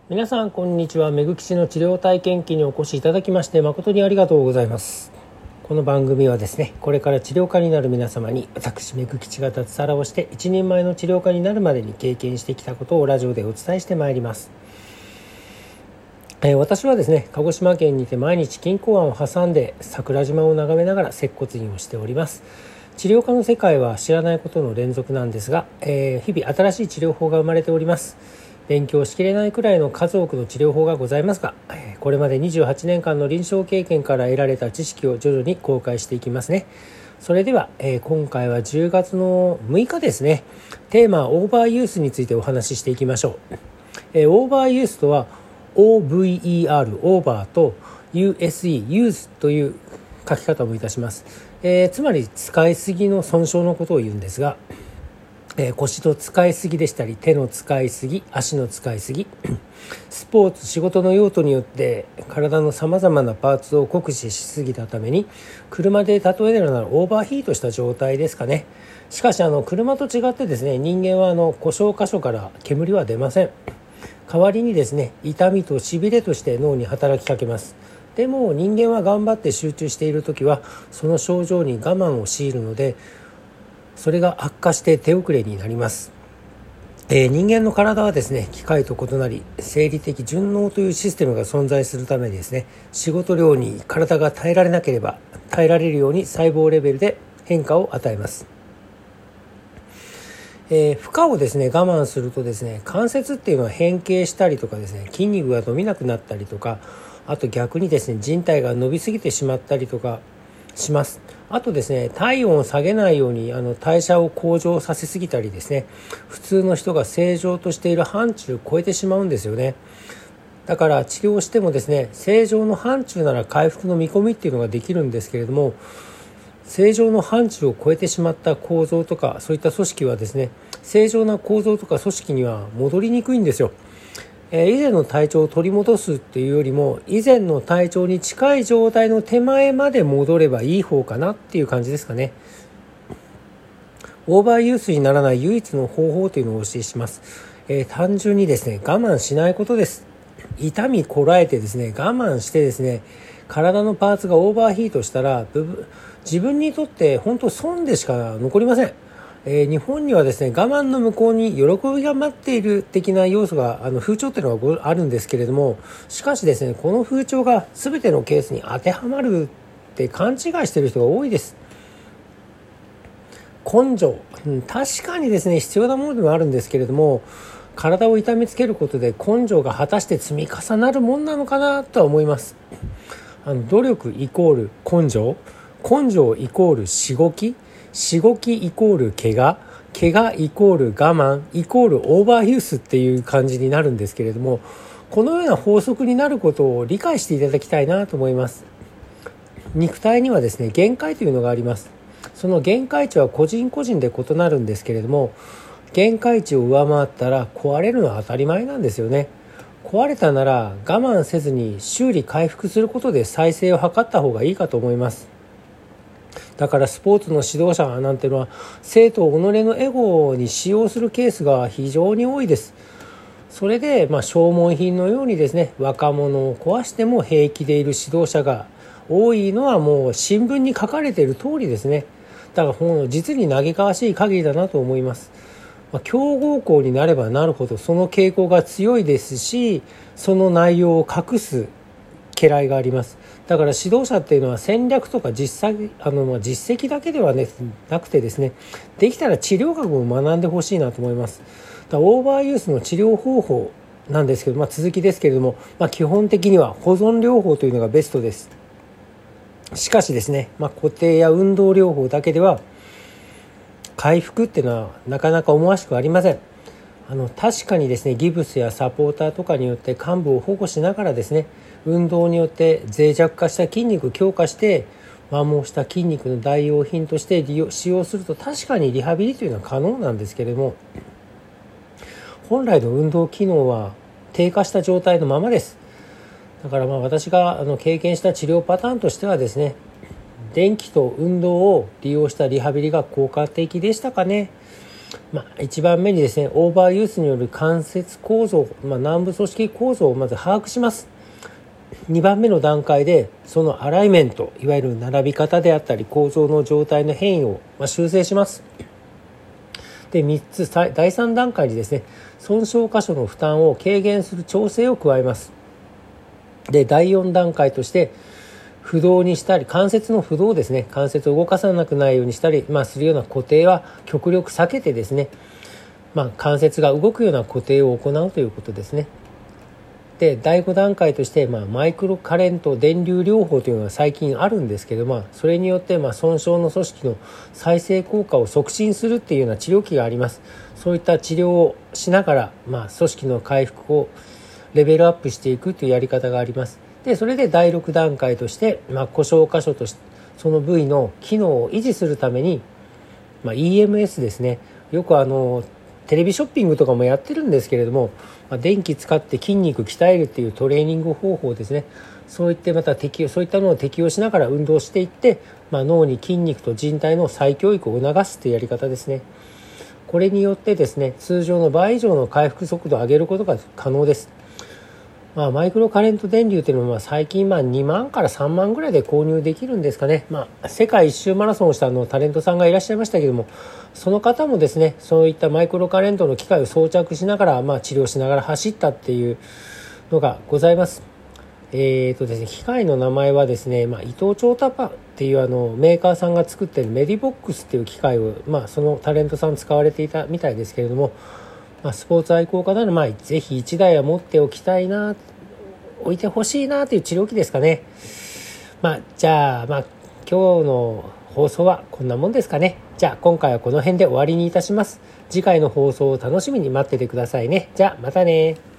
皆さんこんにちは。めぐきちの治療体験記にお越しいただきまして誠にありがとうございます。この番組はですね、これから治療家になる皆様に私めぐきちが脱サラをして一人前の治療家になるまでに経験してきたことをラジオでお伝えしてまいります。私はですね、鹿児島県にて毎日錦江湾を挟んで桜島を眺めながら接骨院をしております。治療科の世界は知らないことの連続なんですが、日々新しい治療法が生まれております。勉強しきれないくらいの数多くの治療法がございますが、これまで28年間の臨床経験から得られた知識を徐々に公開していきますね。それでは、今回は10月の6日ですね。テーマはオーバーユースについてお話ししていきましょう。オーバーユースとは OVER オーバーと USE ユースという書き方もいたします。つまり使いすぎの損傷のことを言うんですが、腰の使いすぎでしたり手の使いすぎ、足の使いすぎスポーツ、仕事の用途によって体のさまざまなパーツを酷使しすぎたために、車で例えるならオーバーヒートした状態ですかね。しかし車と違ってですね、人間は故障箇所から煙は出ません。代わりにですね、痛みとしびれとして脳に働きかけます。でも人間は頑張って集中しているときはその症状に我慢を強いるので、それが悪化して手遅れになります。人間の体はですね、機械と異なり生理的順応というシステムが存在するためにですね、仕事量に体が耐えられなければ耐えられるように細胞レベルで変化を与えます。負荷をですね我慢するとですね、関節っていうのは変形したりとかですね、筋肉が伸びなくなったりとか、あと逆にですね靭帯が伸びすぎてしまったりとかします。あとですね、体温を下げないように代謝を向上させすぎたりですね、普通の人が正常としている範疇を超えてしまうんですよね。だから治療してもですね、正常の範疇なら回復の見込みっていうのができるんですけれども、正常の範疇を超えてしまった構造とかそういった組織はですね、正常な構造とか組織には戻りにくいんですよ。以前の体調を取り戻すっていうよりも、以前の体調に近い状態の手前まで戻ればいい方かなっていう感じですかね。オーバーユースにならない唯一の方法というのをお教えします。単純にですね、我慢しないことです。痛みこらえてですね、我慢してですね、体のパーツがオーバーヒートしたら自分にとって本当損でしか残りません。日本にはですね、我慢の向こうに喜びが待っている的な要素が風潮っていうのがあるんですけれども、しかしですね、この風潮が全てのケースに当てはまるって勘違いしている人が多いです。根性、確かにですね必要なものでもあるんですけれども、体を痛めつけることで根性が果たして積み重なるもんなのかなとは思います。努力イコール根性、根性イコールしごき、しごきイコール怪我、怪我イコール我慢イコールオーバーユースっていう感じになるんですけれども、このような法則になることを理解していただきたいなと思います。肉体にはですね、限界というのがあります。その限界値は個人個人で異なるんですけれども、限界値を上回ったら壊れるのは当たり前なんですよね。壊れたなら我慢せずに修理回復することで再生を図った方がいいかと思います。だからスポーツの指導者なんていうのは生徒を己のエゴに使用するケースが非常に多いです。それで消耗品のようにですね、若者を壊しても平気でいる指導者が多いのはもう新聞に書かれている通りですね。だから実に嘆かわしい限りだなと思います。強豪校になればなるほどその傾向が強いですし、その内容を隠す家来があります。だから指導者っていうのは戦略とか実績だけではなくてですね、できたら治療学も学んでほしいなと思います。オーバーユースの治療方法なんですけど、続きですけれども、基本的には保存療法というのがベストです。しかしですね、固定や運動療法だけでは回復っていうのはなかなか思わしくありません。確かにですね、ギブスやサポーターとかによって患部を保護しながらですね、運動によって脆弱化した筋肉を強化して摩耗した筋肉の代用品として使用すると、確かにリハビリというのは可能なんですけれども、本来の運動機能は低下した状態のままです。だから私が経験した治療パターンとしてはですね、電気と運動を利用したリハビリが効果的でしたかね。 1番目にですね、オーバーユースによる関節構造、軟部組織構造をまず把握します。2番目の段階でそのアライメント、いわゆる並び方であったり構造の状態の変異を修正します。で3つ、第3段階にですね、損傷箇所の負担を軽減する調整を加えます。で第4段階として不動にしたり、関節の不動ですね、関節を動かさなくないようにしたり、するような固定は極力避けてですね、関節が動くような固定を行うということですね。で第5段階として、マイクロカレント電流療法というのが最近あるんですけど、それによって損傷の組織の再生効果を促進するっていうような治療器があります。そういった治療をしながら、組織の回復をレベルアップしていくというやり方があります。でそれで第6段階として、故障箇所としてその部位の機能を維持するために、EMS ですね、よくテレビショッピングとかもやってるんですけれども、電気使って筋肉鍛えるっていうトレーニング方法ですね。そういったのを適用しながら運動していって、脳に筋肉と人体の再教育を促すというやり方ですね。これによってですね、通常の倍以上の回復速度を上げることが可能です。マイクロカレント電流というのは最近2万から3万ぐらいで購入できるんですかね。世界一周マラソンをしたタレントさんがいらっしゃいましたけども、その方もですね、そういったマイクロカレントの機械を装着しながら、治療しながら走ったっていうのがございます。ですね、機械の名前はですね、伊藤長太パンっていうメーカーさんが作っているメディボックスっていう機械を、そのタレントさん使われていたみたいですけれども、スポーツ愛好家ならぜひ1台は持っておきたいな、置いてほしいなという治療器ですかね。じゃあ今日の放送はこんなもんですかね。じゃあ今回はこの辺で終わりにいたします。次回の放送を楽しみに待っててくださいね。じゃあまたね。